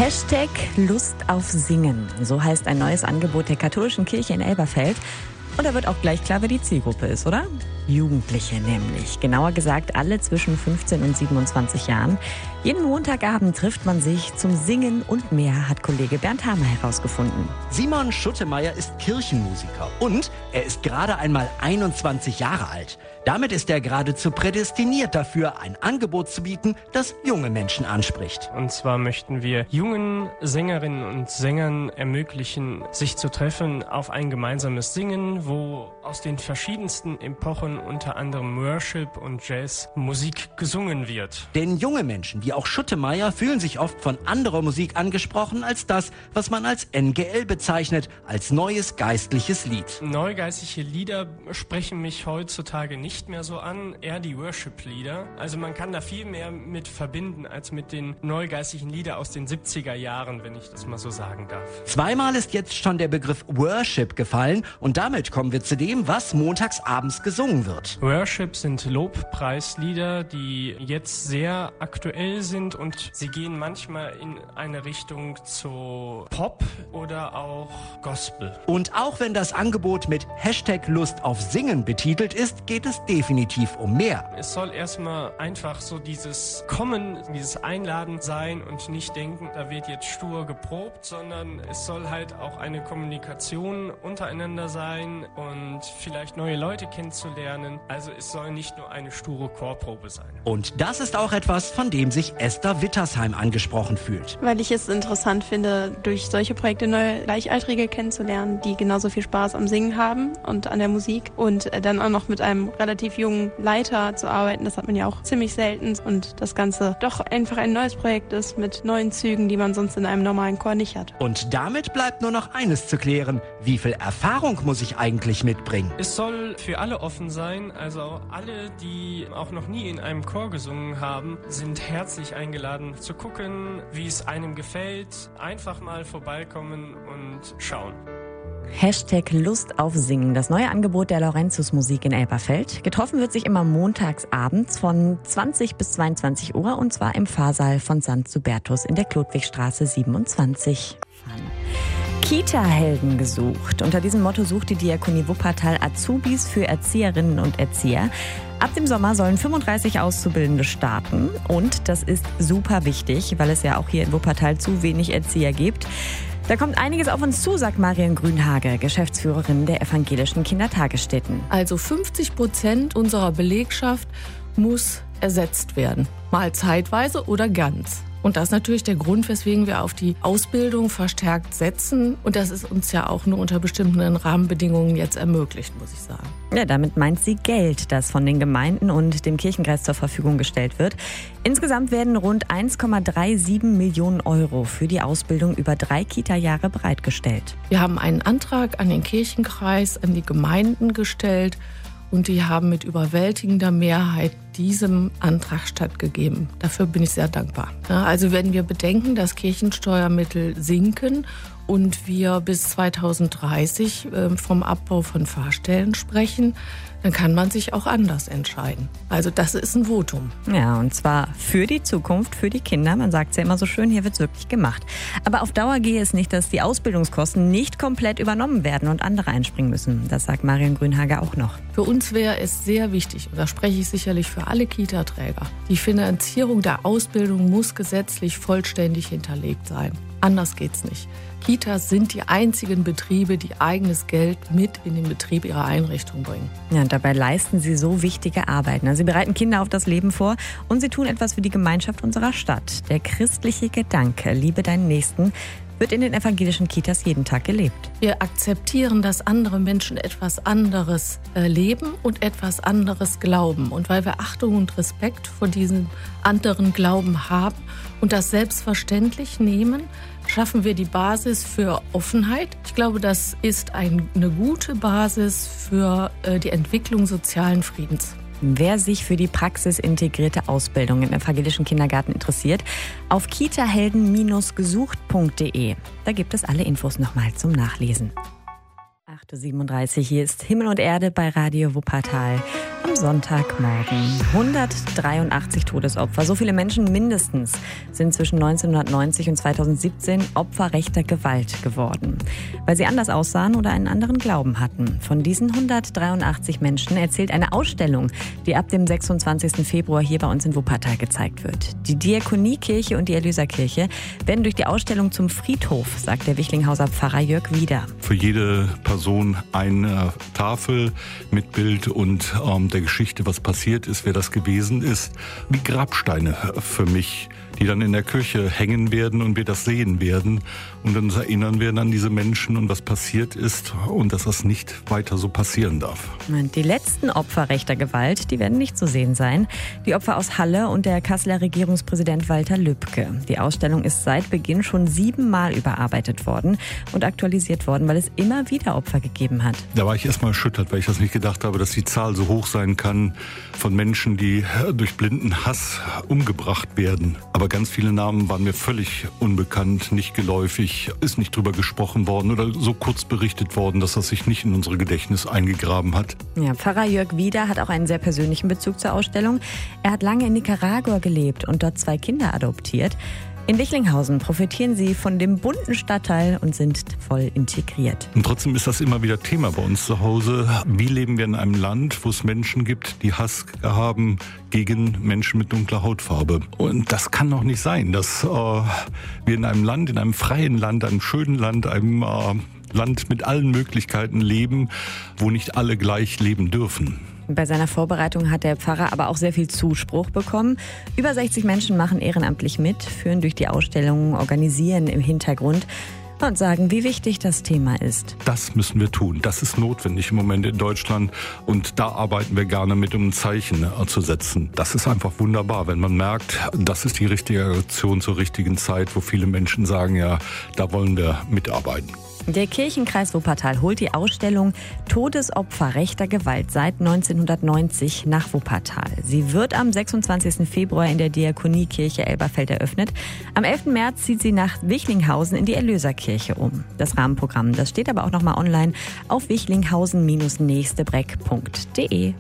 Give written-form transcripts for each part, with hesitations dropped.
Lust auf Singen. So heißt ein neues Angebot der katholischen Kirche in Elberfeld. Und da wird auch gleich klar, wer die Zielgruppe ist, oder? Jugendliche nämlich. Genauer gesagt alle zwischen 15 und 27 Jahren. Jeden Montagabend trifft man sich zum Singen und mehr, hat Kollege Bernd Hamer herausgefunden. Simon Schuttemeyer ist Kirchenmusiker und er ist gerade einmal 21 Jahre alt. Damit ist er geradezu prädestiniert dafür, ein Angebot zu bieten, das junge Menschen anspricht. Und zwar möchten wir jungen Sängerinnen und Sängern ermöglichen, sich zu treffen auf ein gemeinsames Singen, wo aus den verschiedensten Epochen, unter anderem Worship und Jazz, Musik gesungen wird. Denn junge Menschen, wie auch Schuttemeyer, fühlen sich oft von anderer Musik angesprochen als das, was man als NGL bezeichnet, als neues geistliches Lied. Neugeistliche Lieder sprechen mich heutzutage nicht mehr so an, eher die Worship-Lieder. Also man kann da viel mehr mit verbinden als mit den neugeistlichen Liedern aus den 70er Jahren, wenn ich das mal so sagen darf. Zweimal ist jetzt schon der Begriff Worship gefallen und damit kommen wir zu dem, was montags abends gesungen wird. Worship sind Lobpreislieder, die jetzt sehr aktuell sind und sie gehen manchmal in eine Richtung zu Pop oder auch Gospel. Und auch wenn das Angebot mit #Lust auf Singen betitelt ist, geht es definitiv um mehr. Es soll erstmal einfach so dieses Kommen, dieses Einladen sein und nicht denken, da wird jetzt stur geprobt, sondern es soll halt auch eine Kommunikation untereinander sein und vielleicht neue Leute kennenzulernen. Also es soll nicht nur eine sture Chorprobe sein. Und das ist auch etwas, von dem sich Esther Wittersheim angesprochen fühlt. Weil ich es interessant finde, durch solche Projekte neue Gleichaltrige kennenzulernen, die genauso viel Spaß am Singen haben und an der Musik und dann auch noch mit einem relativ jungen Leiter zu arbeiten, das hat man ja auch ziemlich selten und das Ganze doch einfach ein neues Projekt ist mit neuen Zügen, die man sonst in einem normalen Chor nicht hat. Und damit bleibt nur noch eines zu klären: Wie viel Erfahrung muss ich eigentlich mitbringen? Es soll für alle offen sein, also alle, die auch noch nie in einem Chor gesungen haben, sind herzlich eingeladen zu gucken, wie es einem gefällt. Einfach mal vorbeikommen und schauen. Lust auf Singen, das neue Angebot der Laurentius Musik in Elberfeld. Getroffen wird sich immer montags abends von 20 bis 22 Uhr und zwar im Pfarrsaal von St. Hubertus in der Klodwigstraße 27. Kita-Helden gesucht. Unter diesem Motto sucht die Diakonie Wuppertal Azubis für Erzieherinnen und Erzieher. Ab dem Sommer sollen 35 Auszubildende starten und das ist super wichtig, weil es ja auch hier in Wuppertal zu wenig Erzieher gibt. Da kommt einiges auf uns zu, sagt Marion Grünhage, Geschäftsführerin der evangelischen Kindertagesstätten. Also 50% unserer Belegschaft muss ersetzt werden, mal zeitweise oder ganz. Und das ist natürlich der Grund, weswegen wir auf die Ausbildung verstärkt setzen. Und das ist uns ja auch nur unter bestimmten Rahmenbedingungen jetzt ermöglicht, muss ich sagen. Ja, damit meint sie Geld, das von den Gemeinden und dem Kirchenkreis zur Verfügung gestellt wird. Insgesamt werden rund 1,37 Millionen Euro für die Ausbildung über 3 Kita-Jahre bereitgestellt. Wir haben einen Antrag an den Kirchenkreis, an die Gemeinden gestellt. Und die haben mit überwältigender Mehrheit diesem Antrag stattgegeben. Dafür bin ich sehr dankbar. Also wenn wir bedenken, dass Kirchensteuermittel sinken und wir bis 2030 vom Abbau von Pfarrstellen sprechen, dann kann man sich auch anders entscheiden. Also das ist ein Votum. Ja, und zwar für die Zukunft, für die Kinder. Man sagt es ja immer so schön, hier wird es wirklich gemacht. Aber auf Dauer gehe es nicht, dass die Ausbildungskosten nicht komplett übernommen werden und andere einspringen müssen. Das sagt Marion Grünhage auch noch. Für uns wäre es sehr wichtig, und da spreche ich sicherlich für alle Kita-Träger, die Finanzierung der Ausbildung muss gesetzlich vollständig hinterlegt sein. Anders geht's nicht. Kitas sind die einzigen Betriebe, die eigenes Geld mit in den Betrieb ihrer Einrichtung bringen. Ja, und dabei leisten sie so wichtige Arbeit. Sie bereiten Kinder auf das Leben vor und sie tun etwas für die Gemeinschaft unserer Stadt. Der christliche Gedanke, liebe deinen Nächsten, wird in den evangelischen Kitas jeden Tag gelebt. Wir akzeptieren, dass andere Menschen etwas anderes leben und etwas anderes glauben. Und weil wir Achtung und Respekt vor diesem anderen Glauben haben und das selbstverständlich nehmen, schaffen wir die Basis für Offenheit. Ich glaube, das ist eine gute Basis für die Entwicklung sozialen Friedens. Wer sich für die praxisintegrierte Ausbildung im evangelischen Kindergarten interessiert, auf kitahelden-gesucht.de. Da gibt es alle Infos nochmal zum Nachlesen. 8.37 Uhr, hier ist Himmel und Erde bei Radio Wuppertal am Sonntagmorgen. 183 Todesopfer, so viele Menschen mindestens sind zwischen 1990 und 2017 Opfer rechter Gewalt geworden, weil sie anders aussahen oder einen anderen Glauben hatten. Von diesen 183 Menschen erzählt eine Ausstellung, die ab dem 26. Februar hier bei uns in Wuppertal gezeigt wird. Die Diakoniekirche und die Erlöserkirche werden durch die Ausstellung zum Friedhof, sagt der Wichlinghauser Pfarrer Jörg Wieder. Für jede Person eine Tafel mit Bild und der Geschichte, was passiert ist, wer das gewesen ist, wie Grabsteine für mich, die dann in der Kirche hängen werden und wir das sehen werden und uns erinnern werden an diese Menschen und was passiert ist und dass das nicht weiter so passieren darf. Die letzten Opfer rechter Gewalt, die werden nicht zu sehen sein. Die Opfer aus Halle und der Kasseler Regierungspräsident Walter Lübcke. Die Ausstellung ist seit Beginn schon 7-mal überarbeitet worden und aktualisiert worden, weil es immer wieder Opfer gegeben hat. Da war ich erstmal erschüttert, weil ich das nicht gedacht habe, dass die Zahl so hoch sein kann von Menschen, die durch blinden Hass umgebracht werden. Aber ganz viele Namen waren mir völlig unbekannt, nicht geläufig, ist nicht drüber gesprochen worden oder so kurz berichtet worden, dass das sich nicht in unsere Gedächtnis eingegraben hat. Ja, Pfarrer Jörg Wieder hat auch einen sehr persönlichen Bezug zur Ausstellung. Er hat lange in Nicaragua gelebt und dort 2 Kinder adoptiert. In Wichlinghausen profitieren sie von dem bunten Stadtteil und sind voll integriert. Und trotzdem ist das immer wieder Thema bei uns zu Hause. Wie leben wir in einem Land, wo es Menschen gibt, die Hass haben gegen Menschen mit dunkler Hautfarbe? Und das kann doch nicht sein, dass wir in einem Land, in einem freien Land, einem schönen Land, einem Land mit allen Möglichkeiten leben, wo nicht alle gleich leben dürfen. Bei seiner Vorbereitung hat der Pfarrer aber auch sehr viel Zuspruch bekommen. Über 60 Menschen machen ehrenamtlich mit, führen durch die Ausstellungen, organisieren im Hintergrund und sagen, wie wichtig das Thema ist. Das müssen wir tun. Das ist notwendig im Moment in Deutschland. Und da arbeiten wir gerne mit, um ein Zeichen zu setzen. Das ist einfach wunderbar, wenn man merkt, das ist die richtige Aktion zur richtigen Zeit, wo viele Menschen sagen, ja, da wollen wir mitarbeiten. Der Kirchenkreis Wuppertal holt die Ausstellung Todesopfer rechter Gewalt seit 1990 nach Wuppertal. Sie wird am 26. Februar in der Diakoniekirche Elberfeld eröffnet. Am 11. März zieht sie nach Wichlinghausen in die Erlöserkirche um. Das Rahmenprogramm, das steht aber auch nochmal online auf wichlinghausen-nächstebreck.de.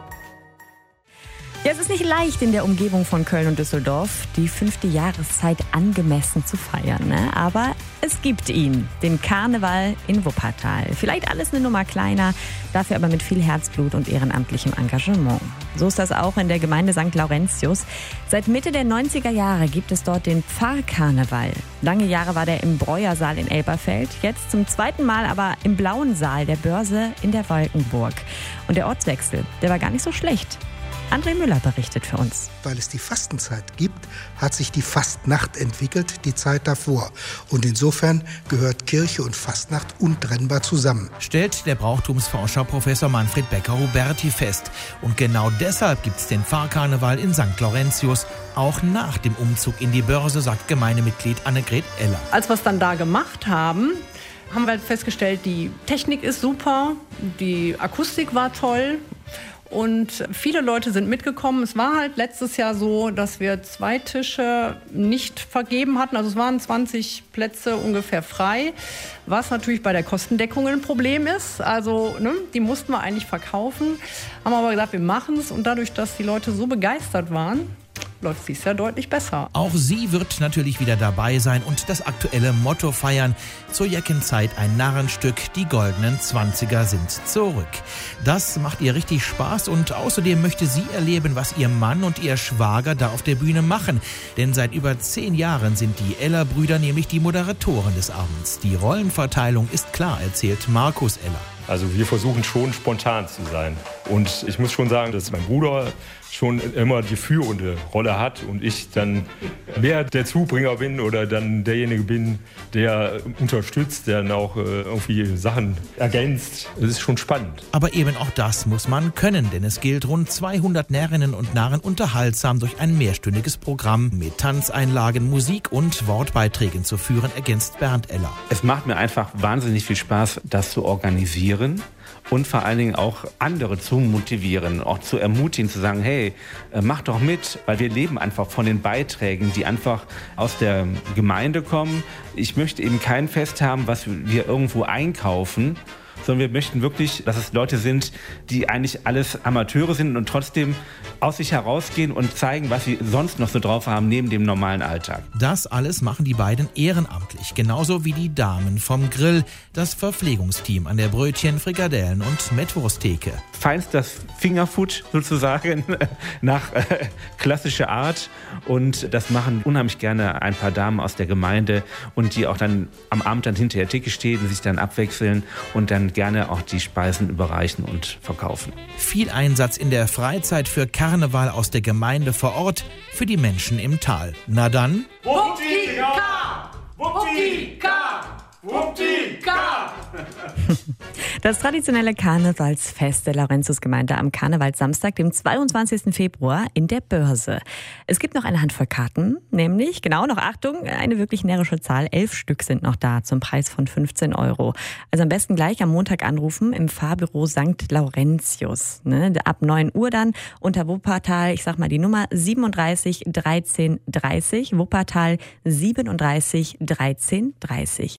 Ja, es ist nicht leicht in der Umgebung von Köln und Düsseldorf, die 5. Jahreszeit angemessen zu feiern. Ne? Aber es gibt ihn, den Karneval in Wuppertal. Vielleicht alles eine Nummer kleiner, dafür aber mit viel Herzblut und ehrenamtlichem Engagement. So ist das auch in der Gemeinde St. Laurentius. Seit Mitte der 90er Jahre gibt es dort den Pfarrkarneval. Lange Jahre war der im Breuersaal in Elberfeld, jetzt zum 2. Mal aber im Blauen Saal der Börse in der Walkenburg. Und der Ortswechsel, der war gar nicht so schlecht. André Müller berichtet für uns. Weil es die Fastenzeit gibt, hat sich die Fastnacht entwickelt, die Zeit davor. Und insofern gehört Kirche und Fastnacht untrennbar zusammen. Stellt der Brauchtumsforscher Professor Manfred Becker-Huberti fest. Und genau deshalb gibt es den Pfarrkarneval in St. Laurentius. Auch nach dem Umzug in die Börse, sagt Gemeindemitglied Annegret Eller. Als wir es dann da gemacht haben wir festgestellt, die Technik ist super, die Akustik war toll. Und viele Leute sind mitgekommen. Es war halt letztes Jahr so, dass wir 2 Tische nicht vergeben hatten. Also es waren 20 Plätze ungefähr frei, was natürlich bei der Kostendeckung ein Problem ist. Also die mussten wir eigentlich verkaufen. Haben aber gesagt, wir machen es. Und dadurch, dass die Leute so begeistert waren, läuft es ja deutlich besser. Auch sie wird natürlich wieder dabei sein und das aktuelle Motto feiern. Zur Jeckenzeit ein Narrenstück, die goldenen 20er sind zurück. Das macht ihr richtig Spaß und außerdem möchte sie erleben, was ihr Mann und ihr Schwager da auf der Bühne machen. Denn seit über 10 Jahren sind die Eller-Brüder nämlich die Moderatoren des Abends. Die Rollenverteilung ist klar, erzählt Markus Eller. Also wir versuchen schon spontan zu sein. Und ich muss schon sagen, dass mein Bruder schon immer die führende Rolle hat und ich dann mehr der Zubringer bin oder dann derjenige bin, der unterstützt, der dann auch irgendwie Sachen ergänzt. Das ist schon spannend. Aber eben auch das muss man können, denn es gilt, rund 200 Närrinnen und Narren unterhaltsam durch ein mehrstündiges Programm mit Tanzeinlagen, Musik und Wortbeiträgen zu führen, ergänzt Bernd Eller. Es macht mir einfach wahnsinnig viel Spaß, das zu organisieren. Und vor allen Dingen auch andere zu motivieren, auch zu ermutigen, zu sagen, hey, mach doch mit, weil wir leben einfach von den Beiträgen, die einfach aus der Gemeinde kommen. Ich möchte eben kein Fest haben, was wir irgendwo einkaufen sondern wir möchten wirklich, dass es Leute sind, die eigentlich alles Amateure sind und trotzdem aus sich herausgehen und zeigen, was sie sonst noch so drauf haben neben dem normalen Alltag. Das alles machen die beiden ehrenamtlich, genauso wie die Damen vom Grill, das Verpflegungsteam an der Brötchen-, Frikadellen- und Mettwursttheke. Feinstes Fingerfood sozusagen, nach klassischer Art. Und das machen unheimlich gerne ein paar Damen aus der Gemeinde und die auch dann am Abend dann hinter der Theke stehen, sich dann abwechseln und dann gerne auch die Speisen überreichen und verkaufen. Viel Einsatz in der Freizeit für Karneval aus der Gemeinde vor Ort, für die Menschen im Tal. Na dann... Wuppti-Ka! Wuppti-Ka! Wuppti-Ka! Das traditionelle Karnevalsfest der Laurentiusgemeinde am Karnevalssamstag, dem 22. Februar in der Börse. Es gibt noch eine Handvoll Karten, nämlich, genau, noch Achtung, eine wirklich närrische Zahl, 11 Stück sind noch da zum Preis von 15 €. Also am besten gleich am Montag anrufen im Fahrbüro St. Laurentius. Ne? Ab 9 Uhr dann unter Wuppertal, ich sag mal die Nummer 37 13 30, Wuppertal 37 13 30.